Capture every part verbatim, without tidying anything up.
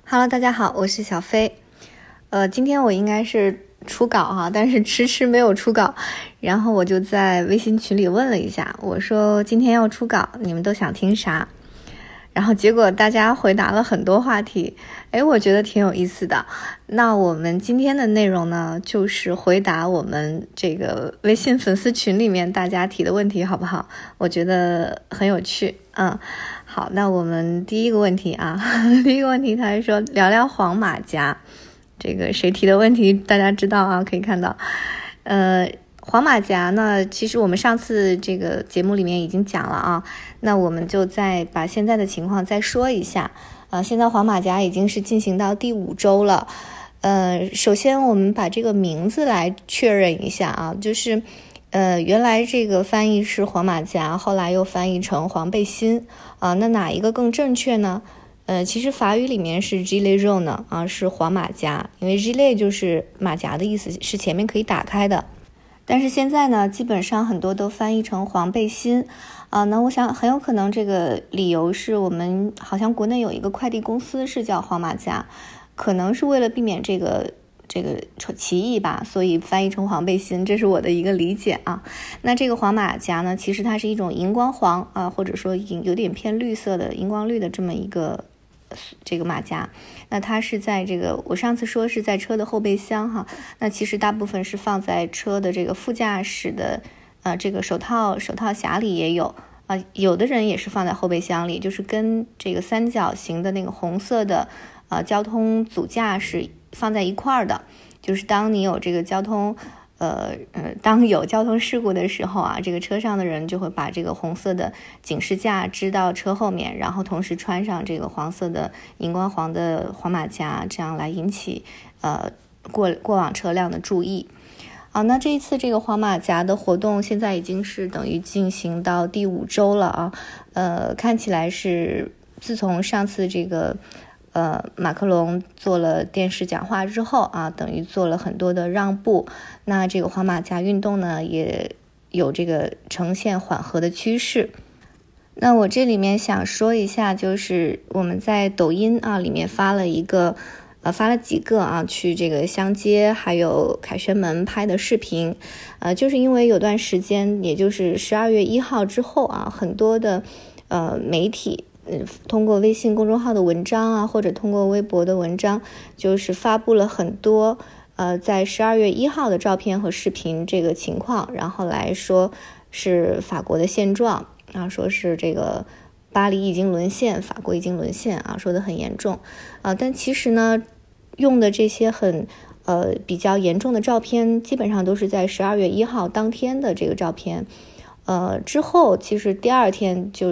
Hello， 大家好，我是小飞。呃，今天我应该是初稿哈，但是迟迟没有初稿，然后我就在微信群里问了一下，我说今天要初稿，你们都想听啥？然后结果大家回答了很多话题，诶，我觉得挺有意思的。那我们今天的内容呢，就是回答我们这个微信粉丝群里面大家提的问题，好不好？我觉得很有趣。嗯，好，那我们第一个问题啊，第一个问题他是说聊聊黄马甲，这个谁提的问题大家知道啊，可以看到。呃黄马甲呢，其实我们上次这个节目里面已经讲了啊，那我们就再把现在的情况再说一下。呃，现在黄马甲已经是进行到第五周了。呃，首先我们把这个名字来确认一下啊，就是呃，原来这个翻译是黄马甲，后来又翻译成黄背心啊，那哪一个更正确呢？呃，其实法语里面是 gilet jaune 啊，是黄马甲，因为 gilet 就是马甲的意思，是前面可以打开的。但是现在呢，基本上很多都翻译成黄背心啊、呃。那我想很有可能这个理由是我们好像国内有一个快递公司是叫黄马甲，可能是为了避免这个这个歧义吧，所以翻译成黄背心，这是我的一个理解啊。那这个黄马甲呢，其实它是一种荧光黄啊，或者说有点偏绿色的荧光绿的这么一个这个马甲。那它是在这个我上次说是在车的后备箱哈，那其实大部分是放在车的这个副驾驶的呃这个手套手套匣里也有啊、呃，有的人也是放在后备箱里，就是跟这个三角形的那个红色的呃交通阻架是放在一块儿的，就是当你有这个交通呃呃，当有交通事故的时候啊，这个车上的人就会把这个红色的警示架支到车后面，然后同时穿上这个黄色的荧光黄的黄马甲，这样来引起呃过过往车辆的注意。啊，那这一次这个黄马甲的活动现在已经是等于进行到第五周了啊，呃，看起来是自从上次这个。呃，马克龙做了电视讲话之后啊，等于做了很多的让步。那这个黄马甲运动呢，也有这个呈现缓和的趋势。那我这里面想说一下，就是我们在抖音啊里面发了一个，呃，发了几个啊，去这个香街还有凯旋门拍的视频。呃，就是因为有段时间，也就是十二月一号之后啊，很多的呃媒体。嗯，通过微信公众号的文章啊，或者通过微博的文章，就是发布了很多呃，在十二月一号的照片和视频这个情况，然后来说是法国的现状啊，说是这个巴黎已经沦陷，法国已经沦陷啊，说得很严重啊。但其实呢，用的这些很呃比较严重的照片，基本上都是在十二月一号当天的这个照片，呃，之后其实第二天就是。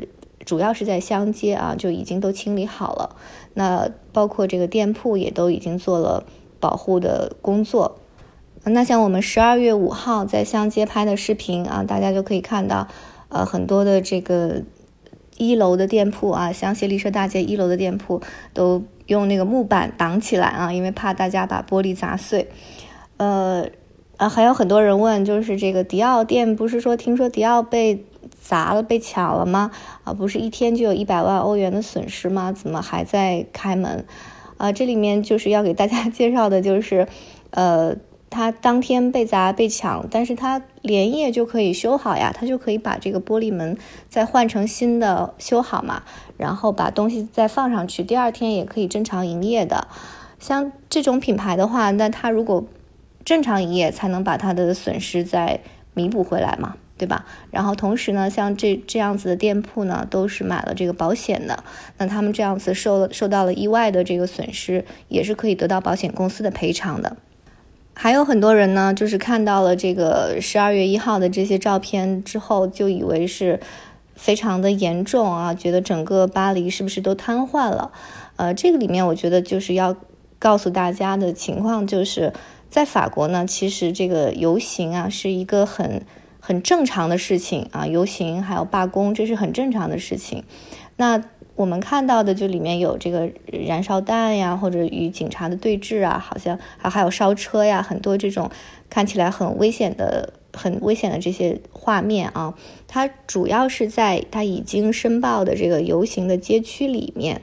主要是在香街啊，就已经都清理好了。那包括这个店铺也都已经做了保护的工作。那像我们十二月五号在香街拍的视频啊，大家就可以看到，呃，很多的这个一楼的店铺啊，香榭丽舍大街一楼的店铺都用那个木板挡起来啊，因为怕大家把玻璃砸碎。呃，啊，还有很多人问，就是这个迪奥店，不是说听说迪奥被砸了被抢了吗？啊，不是一天就有一百万欧元的损失吗？怎么还在开门？啊，这里面就是要给大家介绍的就是，呃，他当天被砸被抢，但是他连夜就可以修好呀，他就可以把这个玻璃门再换成新的修好嘛，然后把东西再放上去，第二天也可以正常营业的。像这种品牌的话，那他如果正常营业，才能把他的损失再弥补回来嘛。对吧？然后同时呢，像这这样子的店铺呢，都是买了这个保险的，那他们这样子受了受到了意外的这个损失，也是可以得到保险公司的赔偿的。还有很多人呢，就是看到了这个十二月一号的这些照片之后，就以为是非常的严重啊，觉得整个巴黎是不是都瘫痪了？呃，这个里面我觉得就是要告诉大家的情况，就是在法国呢，其实这个游行啊是一个很。很正常的事情啊，游行还有罢工，这是很正常的事情。那我们看到的就里面有这个燃烧弹呀，或者与警察的对峙啊，好像还还有烧车呀，很多这种看起来很危险的、很危险的这些画面啊。它主要是在它已经申报的这个游行的街区里面。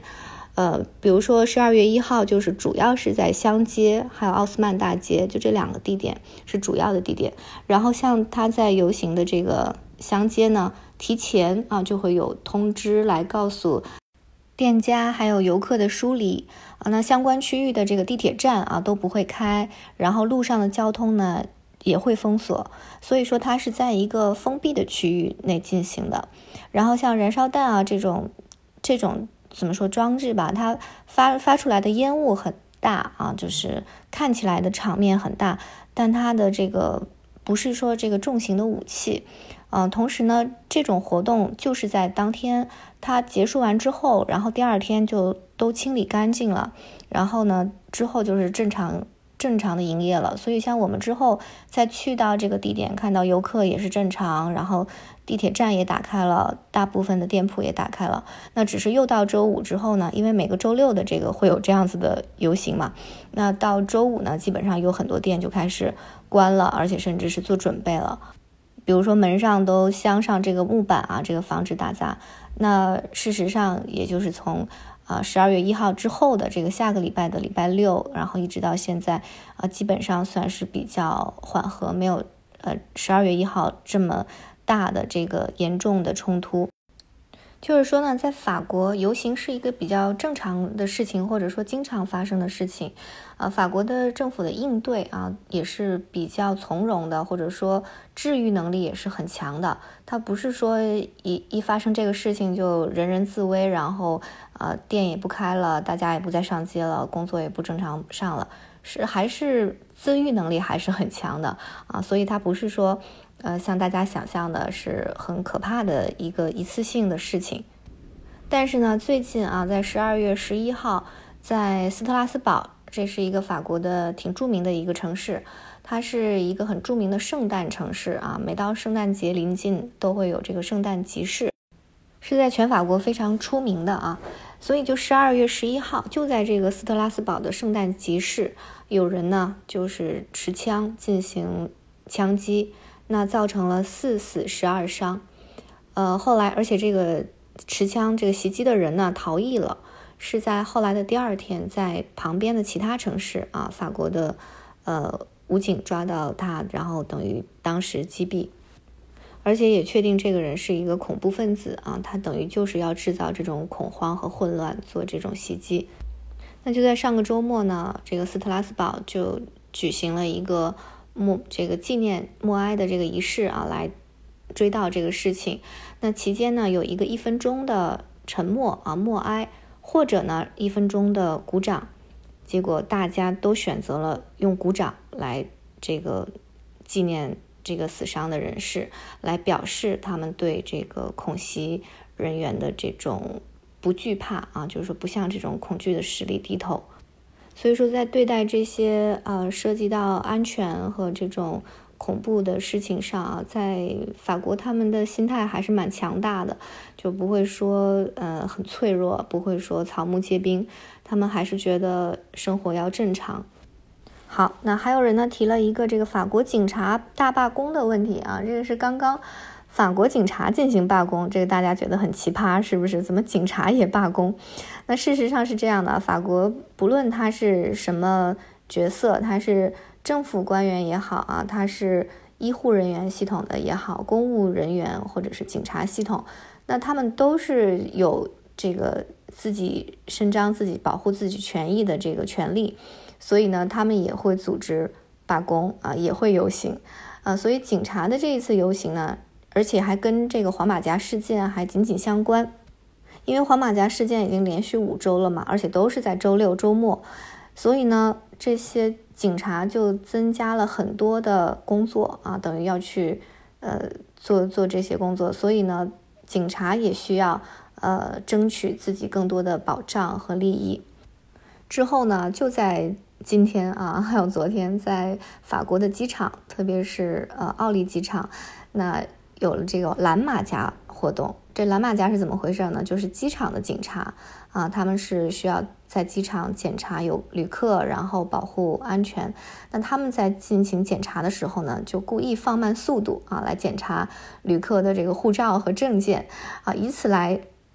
呃，比如说十二月一号就是主要是在香街还有奥斯曼大街，就这两个地点是主要的地点。然后像他在游行的这个香街呢，提前啊就会有通知来告诉店家还有游客的疏离啊，那相关区域的这个地铁站啊都不会开，然后路上的交通呢也会封锁，所以说它是在一个封闭的区域内进行的。然后像燃烧弹啊这种这种怎么说装置吧，它发发出来的烟雾很大啊，就是看起来的场面很大，但它的这个不是说这个重型的武器。嗯、呃，同时呢，这种活动就是在当天它结束完之后，然后第二天就都清理干净了，然后呢之后就是正常正常的营业了。所以像我们之后再去到这个地点，看到游客也是正常，然后地铁站也打开了，大部分的店铺也打开了。那只是又到周五之后呢，因为每个周六的这个会有这样子的游行嘛，那到周五呢，基本上有很多店就开始关了，而且甚至是做准备了。比如说门上都镶上这个木板啊，这个防止打砸。那事实上也就是从啊十二月一号之后的这个下个礼拜的礼拜六，然后一直到现在啊，基本上算是比较缓和，没有呃十二月一号这么大的这个严重的冲突。就是说呢，在法国游行是一个比较正常的事情，或者说经常发生的事情。啊，法国的政府的应对啊也是比较从容的，或者说治愈能力也是很强的。它不是说一一发生这个事情就人人自危，然后啊店也不开了，大家也不再上街了，工作也不正常上了，是还是自愈能力还是很强的啊。所以它不是说呃，像大家想象的是很可怕的一个一次性的事情。但是呢，最近啊，在十二月十一号，在斯特拉斯堡，这是一个法国的挺著名的一个城市，它是一个很著名的圣诞城市啊，每到圣诞节临近都会有这个圣诞集市，是在全法国非常出名的啊。所以就十二月十一号，就在这个斯特拉斯堡的圣诞集市，有人呢就是持枪进行枪击，那造成了四死十二伤。呃，后来而且这个持枪这个袭击的人呢逃逸了，是在后来的第二天，在旁边的其他城市啊，法国的呃武警抓到他，然后等于当时击毙，而且也确定这个人是一个恐怖分子啊，他等于就是要制造这种恐慌和混乱，做这种袭击。那就在上个周末呢，这个斯特拉斯堡就举行了一个默这个纪念默哀的这个仪式啊，来追悼这个事情。那期间呢，有一个一分钟的沉默啊默哀，或者呢一分钟的鼓掌。结果大家都选择了用鼓掌来这个纪念这个死伤的人士，来表示他们对这个恐袭人员的这种不惧怕啊，就是说不向这种恐惧的势力低头。所以说在对待这些呃涉及到安全和这种恐怖的事情上啊，在法国他们的心态还是蛮强大的，就不会说呃很脆弱，不会说草木皆兵，他们还是觉得生活要正常。好，那还有人呢提了一个这个法国警察大罢工的问题啊，这个是刚刚法国警察进行罢工，这个大家觉得很奇葩，是不是？怎么警察也罢工？那事实上是这样的，法国不论他是什么角色，他是政府官员也好啊，他是医护人员系统的也好，公务人员或者是警察系统，那他们都是有这个自己伸张自己保护自己权益的这个权利，所以呢他们也会组织罢工啊，也会游行啊。所以警察的这一次游行呢，而且还跟这个黄马甲事件还紧紧相关，因为黄马甲事件已经连续五周了嘛，而且都是在周六周末，所以呢这些警察就增加了很多的工作啊，等于要去呃做做这些工作，所以呢警察也需要呃争取自己更多的保障和利益。之后呢，就在今天啊，还有昨天，在法国的机场，特别是呃奥利机场，那有了这个蓝马甲活动。这蓝马甲是怎么回事呢？就是机场的警察啊，他们是需要在机场检查有旅客，然后保护安全。那他们在进行检查的时候呢，就故意放慢速度啊，来检查旅客的这个护照和证件啊，以此来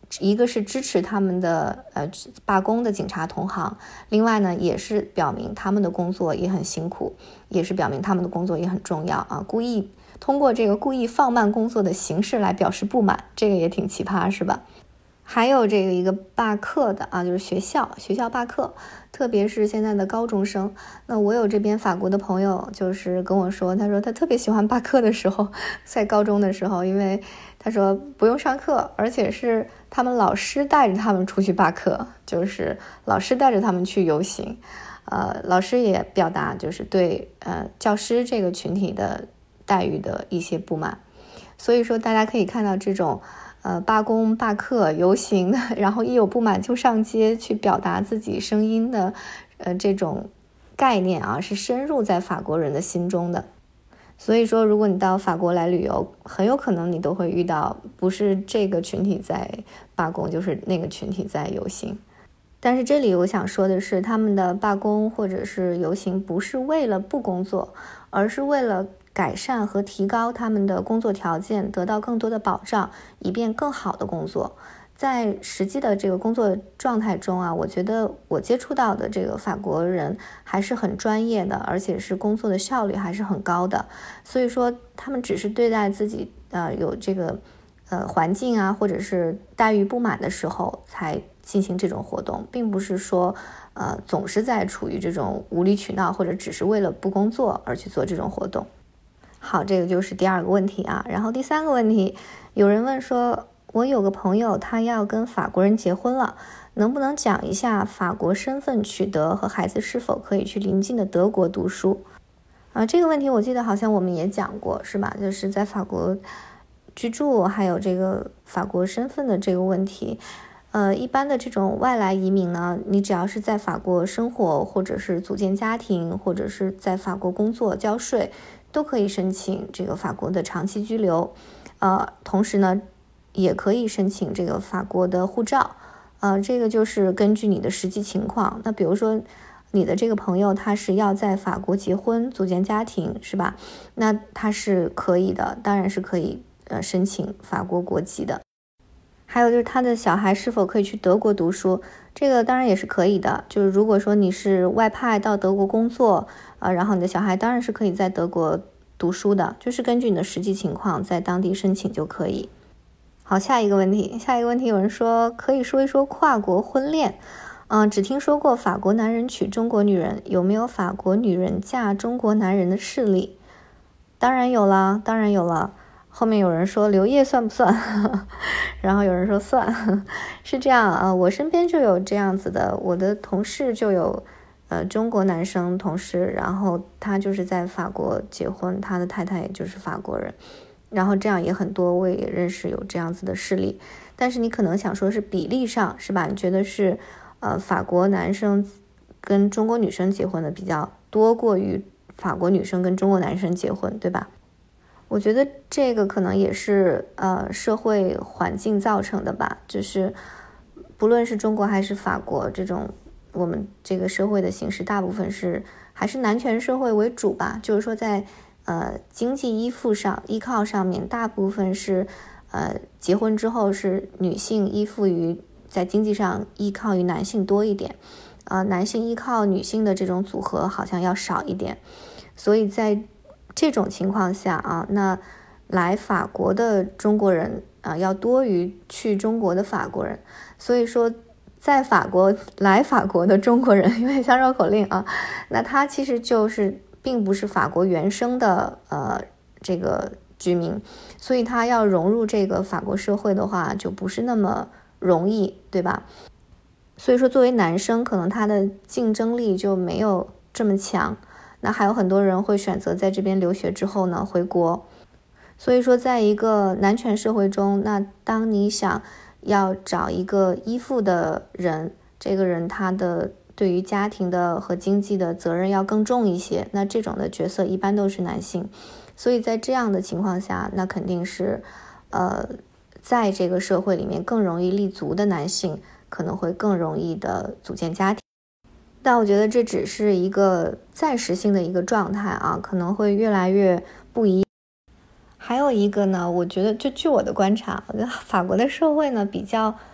一个是支持他们的呃罢工的警察同行，另外呢也是表明他们的工作也很辛苦，也是表明他们的工作也很重要啊，故意通过这个故意放慢工作的形式来表示不满，这个也挺奇葩是吧？还有这个一个罢课的啊，就是学校学校罢课，特别是现在的高中生。那我有这边法国的朋友就是跟我说，他说他特别喜欢罢课的时候，在高中的时候，因为他说不用上课，而且是他们老师带着他们出去罢课，就是老师带着他们去游行，呃，老师也表达就是对呃教师这个群体的待遇的一些不满。所以说大家可以看到这种呃，罢工、罢课、游行的，然后一有不满就上街去表达自己声音的，呃，这种概念啊，是深入在法国人的心中的。所以说，如果你到法国来旅游，很有可能你都会遇到，不是这个群体在罢工，就是那个群体在游行。但是这里我想说的是，他们的罢工或者是游行不是为了不工作，而是为了改善和提高他们的工作条件，得到更多的保障，以便更好的工作。在实际的这个工作状态中啊，我觉得我接触到的这个法国人还是很专业的，而且是工作的效率还是很高的。所以说他们只是对待自己呃有这个呃环境啊或者是待遇不满的时候才进行这种活动，并不是说呃总是在处于这种无理取闹或者只是为了不工作而去做这种活动。好，这个就是第二个问题啊。然后第三个问题，有人问说，我有个朋友他要跟法国人结婚了，能不能讲一下法国身份取得和孩子是否可以去邻近的德国读书啊？这个问题我记得好像我们也讲过是吧？就是在法国居住还有这个法国身份的这个问题。呃，一般的这种外来移民呢，你只要是在法国生活，或者是组建家庭，或者是在法国工作交税，都可以申请这个法国的长期居留。呃，同时呢，也可以申请这个法国的护照。呃，这个就是根据你的实际情况。那比如说你的这个朋友他是要在法国结婚组建家庭是吧？那他是可以的，当然是可以呃申请法国国籍的。还有就是他的小孩是否可以去德国读书，这个当然也是可以的。就是如果说你是外派到德国工作，呃，然后你的小孩当然是可以在德国读书的，就是根据你的实际情况在当地申请就可以。好，下一个问题，下一个问题有人说可以说一说跨国婚恋。嗯、呃，只听说过法国男人娶中国女人，有没有法国女人嫁中国男人的事例？当然有了，当然有了。后面有人说刘烨算不算然后有人说算是这样啊，我身边就有这样子的，我的同事就有呃中国男生同事，然后他就是在法国结婚，他的太太也就是法国人，然后这样也很多，我也认识有这样子的事例。但是你可能想说是比例上是吧，你觉得是呃法国男生跟中国女生结婚的比较多过于法国女生跟中国男生结婚，对吧？我觉得这个可能也是呃社会环境造成的吧，就是不论是中国还是法国，这种我们这个社会的形式大部分是还是男权社会为主吧，就是说在呃经济依附上依靠上面，大部分是呃结婚之后是女性依附于在经济上依靠于男性多一点，呃男性依靠女性的这种组合好像要少一点，所以在这种情况下啊，那来法国的中国人啊要多于去中国的法国人，所以说在法国来法国的中国人有点像绕口令啊，那他其实就是并不是法国原生的呃这个居民，所以他要融入这个法国社会的话就不是那么容易，对吧？所以说作为男生可能他的竞争力就没有这么强，那还有很多人会选择在这边留学之后呢回国。所以说在一个男权社会中，那当你想要找一个依附的人，这个人他的对于家庭的和经济的责任要更重一些，那这种的角色一般都是男性。所以在这样的情况下，那肯定是呃在这个社会里面更容易立足的男性可能会更容易的组建家庭。但我觉得这只是一个暂时性的一个状态啊，可能会越来越不一样。还有一个呢，我觉得就据我的观察，我觉得法国的社会呢比较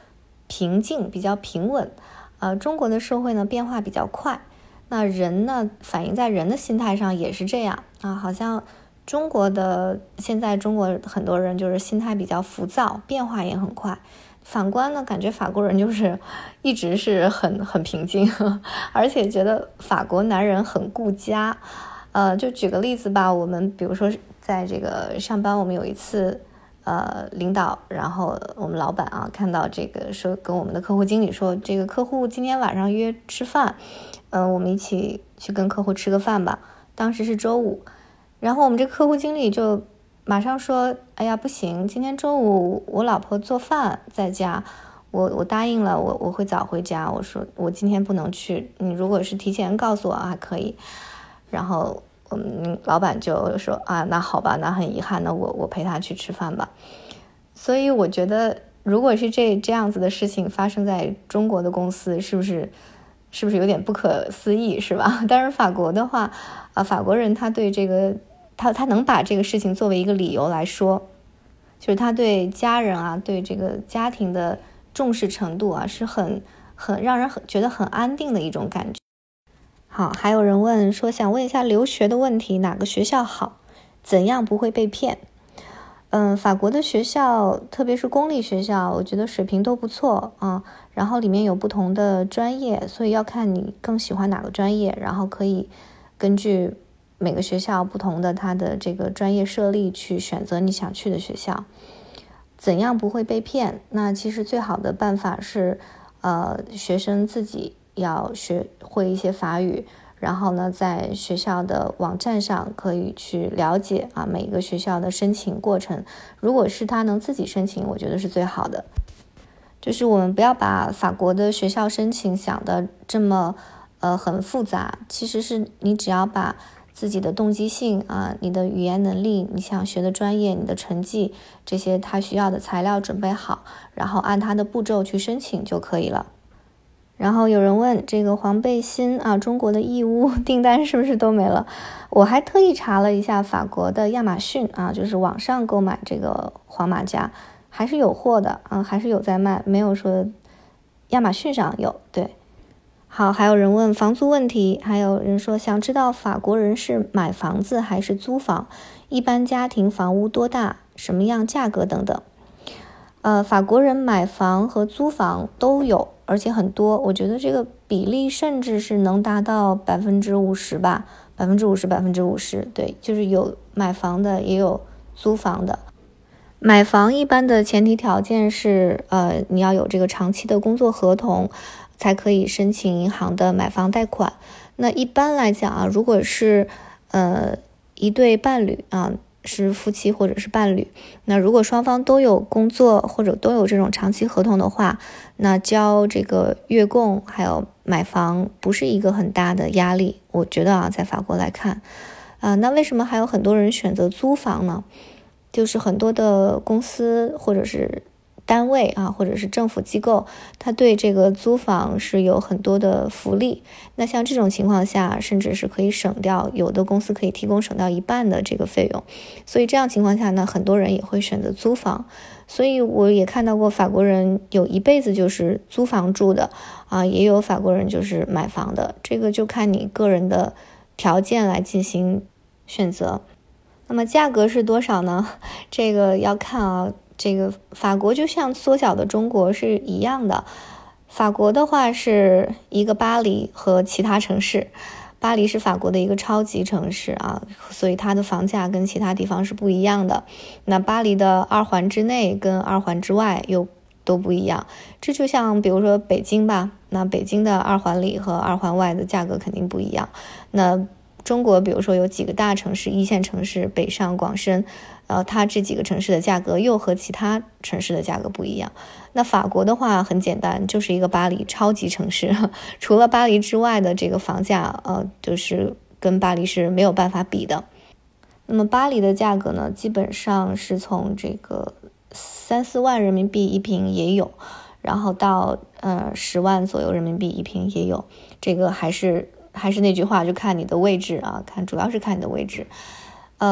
平静，比较平稳。呃，中国的社会呢变化比较快，那人呢反映在人的心态上也是这样啊，好像中国的现在中国很多人就是心态比较浮躁，变化也很快。反观呢，感觉法国人就是一直是很很平静，而且觉得法国男人很顾家。呃，就举个例子吧，我们比如说在这个上班，我们有一次，呃，领导，然后我们老板啊，看到这个说跟我们的客户经理说，这个客户今天晚上约吃饭，嗯、呃，我们一起去跟客户吃个饭吧。当时是周五，然后我们这个客户经理就马上说，哎呀，不行，今天周五我老婆做饭在家，我我答应了，我我会早回家。我说我今天不能去，你如果是提前告诉我还可以。然后我们老板就说啊，那好吧，那很遗憾，那我我陪他去吃饭吧。所以我觉得，如果是这这样子的事情发生在中国的公司，是不是是不是有点不可思议，是吧？但是法国的话，啊，法国人他对这个。他他能把这个事情作为一个理由来说，就是他对家人啊，对这个家庭的重视程度啊，是很很让人很觉得很安定的一种感觉。好，还有人问说，想问一下留学的问题，哪个学校好？怎样不会被骗？嗯，法国的学校，特别是公立学校，我觉得水平都不错啊。然后里面有不同的专业，所以要看你更喜欢哪个专业，然后可以根据每个学校不同的它的这个专业设立去选择你想去的学校。怎样不会被骗？那其实最好的办法是，呃，学生自己要学会一些法语，然后呢，在学校的网站上可以去了解啊每个学校的申请过程。如果是他能自己申请，我觉得是最好的。就是我们不要把法国的学校申请想的这么呃很复杂，其实是你只要把自己的动机性啊，你的语言能力，你想学的专业，你的成绩，这些他需要的材料准备好，然后按他的步骤去申请就可以了。然后有人问这个黄背心啊，中国的义乌订单是不是都没了？我还特意查了一下法国的亚马逊啊，就是网上购买这个黄马甲还是有货的啊，还是有在卖，没有说亚马逊上有。对。好，还有人问房租问题，还有人说想知道法国人是买房子还是租房，一般家庭房屋多大，什么样价格等等。呃，法国人买房和租房都有，而且很多，我觉得这个比例甚至是能达到百分之五十吧，百分之五十，百分之五十，对，就是有买房的，也有租房的。买房一般的前提条件是，呃，你要有这个长期的工作合同，才可以申请银行的买房贷款。那一般来讲啊，如果是呃一对伴侣啊，是夫妻或者是伴侣，那如果双方都有工作或者都有这种长期合同的话，那交这个月供还有买房不是一个很大的压力。我觉得啊，在法国来看，啊、呃，那为什么还有很多人选择租房呢？就是很多的公司或者是单位啊，或者是政府机构，它对这个租房是有很多的福利。那像这种情况下，甚至是可以省掉，有的公司可以提供省掉一半的这个费用。所以这样情况下呢，很多人也会选择租房。所以我也看到过法国人有一辈子就是租房住的啊，也有法国人就是买房的，这个就看你个人的条件来进行选择。那么价格是多少呢？这个要看啊，这个法国就像缩小的中国是一样的。法国的话是一个巴黎和其他城市，巴黎是法国的一个超级城市啊，所以它的房价跟其他地方是不一样的。那巴黎的二环之内跟二环之外又都不一样。这就像比如说北京吧，那北京的二环里和二环外的价格肯定不一样。那中国比如说有几个大城市，一线城市北上广深，呃，它这几个城市的价格又和其他城市的价格不一样。那法国的话很简单，就是一个巴黎超级城市，除了巴黎之外的这个房价，呃，就是跟巴黎是没有办法比的。那么巴黎的价格呢，基本上是从这个三四万人民币一平也有，然后到呃十万左右人民币一平也有，这个还是。还是那句话，就看你的位置啊，看主要是看你的位置。呃，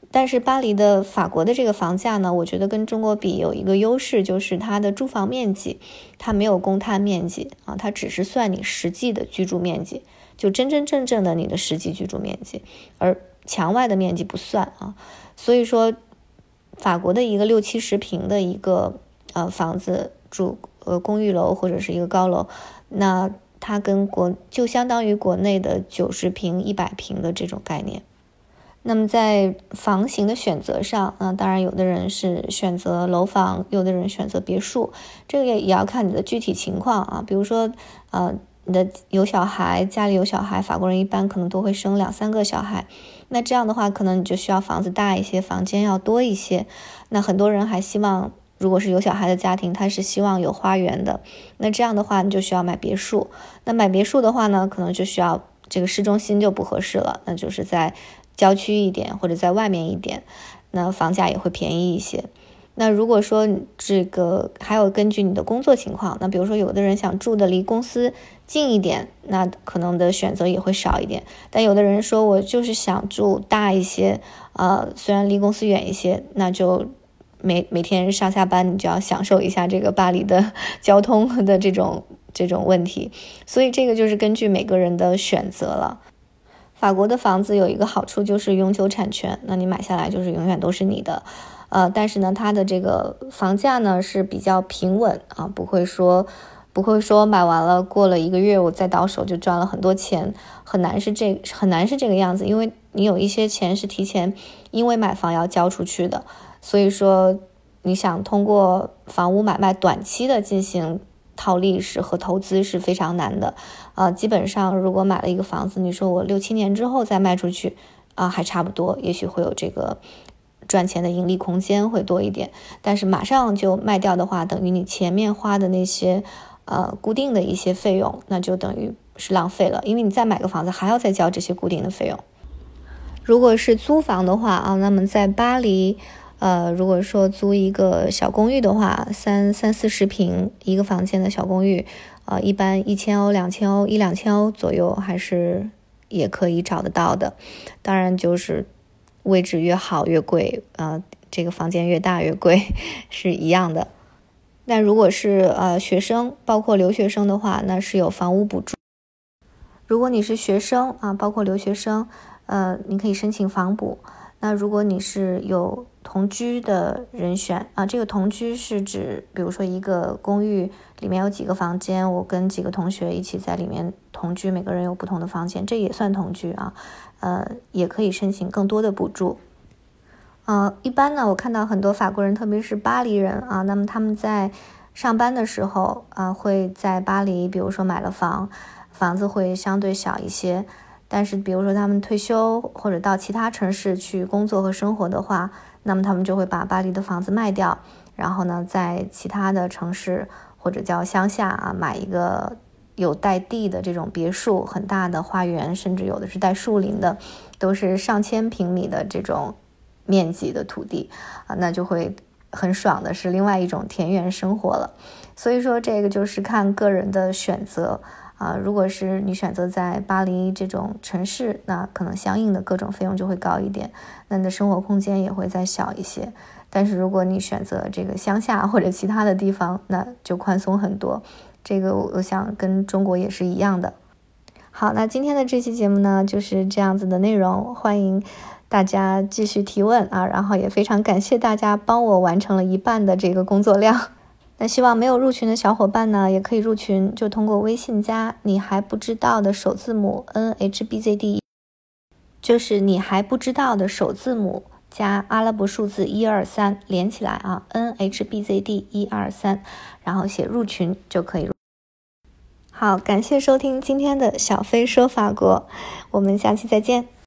但是巴黎的法国的这个房价呢，我觉得跟中国比有一个优势，就是它的住房面积，它没有公摊面积啊，它只是算你实际的居住面积，就真真正正的你的实际居住面积，而墙外的面积不算啊。所以说，法国的一个六七十平的一个呃房子住呃公寓楼或者是一个高楼，那它跟国就相当于国内的九十平、一百平的这种概念。那么在房型的选择上，啊，当然有的人是选择楼房，有的人选择别墅，这个也也要看你的具体情况啊。比如说，呃，你的有小孩，家里有小孩，法国人一般可能都会生两三个小孩，那这样的话，可能你就需要房子大一些，房间要多一些。那很多人还希望，如果是有小孩的家庭，他是希望有花园的，那这样的话，你就需要买别墅。那买别墅的话呢，可能就需要这个市中心就不合适了，那就是在郊区一点或者在外面一点，那房价也会便宜一些。那如果说这个还有根据你的工作情况，那比如说有的人想住的离公司近一点，那可能的选择也会少一点。但有的人说我就是想住大一些，呃，虽然离公司远一些，那就每每天上下班你就要享受一下这个巴黎的交通的这种这种问题。所以这个就是根据每个人的选择了。法国的房子有一个好处就是永久产权，那你买下来就是永远都是你的，呃，但是呢，它的这个房价呢是比较平稳啊，不会说不会说买完了过了一个月我再倒手就赚了很多钱，很难是这很难是这个样子，因为你有一些钱是提前因为买房要交出去的，所以说你想通过房屋买卖短期的进行套利是和投资是非常难的，呃，基本上如果买了一个房子，你说我六七年之后再卖出去，啊、呃，还差不多，也许会有这个赚钱的盈利空间会多一点。但是马上就卖掉的话，等于你前面花的那些呃固定的一些费用，那就等于是浪费了，因为你再买个房子还要再交这些固定的费用。如果是租房的话啊，那么在巴黎。呃，如果说租一个小公寓的话，三三四十平一个房间的小公寓，呃，一般一千欧、两千欧、一两千欧左右，还是也可以找得到的。当然，就是位置越好越贵，呃，这个房间越大越贵，是一样的。但如果是呃学生，包括留学生的话，那是有房屋补助。如果你是学生啊，包括留学生，呃，你可以申请房补。那如果你是有同居的人选啊，这个同居是指，比如说一个公寓里面有几个房间，我跟几个同学一起在里面同居，每个人有不同的房间，这也算同居啊，呃，也可以申请更多的补助。呃，一般呢，我看到很多法国人，特别是巴黎人啊，那么他们在上班的时候啊，会在巴黎，比如说买了房，房子会相对小一些。但是比如说他们退休或者到其他城市去工作和生活的话，那么他们就会把巴黎的房子卖掉，然后呢在其他的城市或者叫乡下啊买一个有带地的这种别墅，很大的花园，甚至有的是带树林的，都是上千平米的这种面积的土地啊，那就会很爽的是另外一种田园生活了。所以说这个就是看个人的选择啊，如果是你选择在巴黎这种城市，那可能相应的各种费用就会高一点，那你的生活空间也会再小一些。但是如果你选择这个乡下或者其他的地方，那就宽松很多。这个我想跟中国也是一样的。好，那今天的这期节目呢，就是这样子的内容，欢迎大家继续提问啊，然后也非常感谢大家帮我完成了一半的这个工作量。那希望没有入群的小伙伴呢，也可以入群，就通过微信加你还不知道的首字母 N H B Z D， 就是你还不知道的首字母加阿拉伯数字一二三连起来啊 ，N H B Z D 一二三，然后写入群就可以入。好，感谢收听今天的小飞说法国，我们下期再见。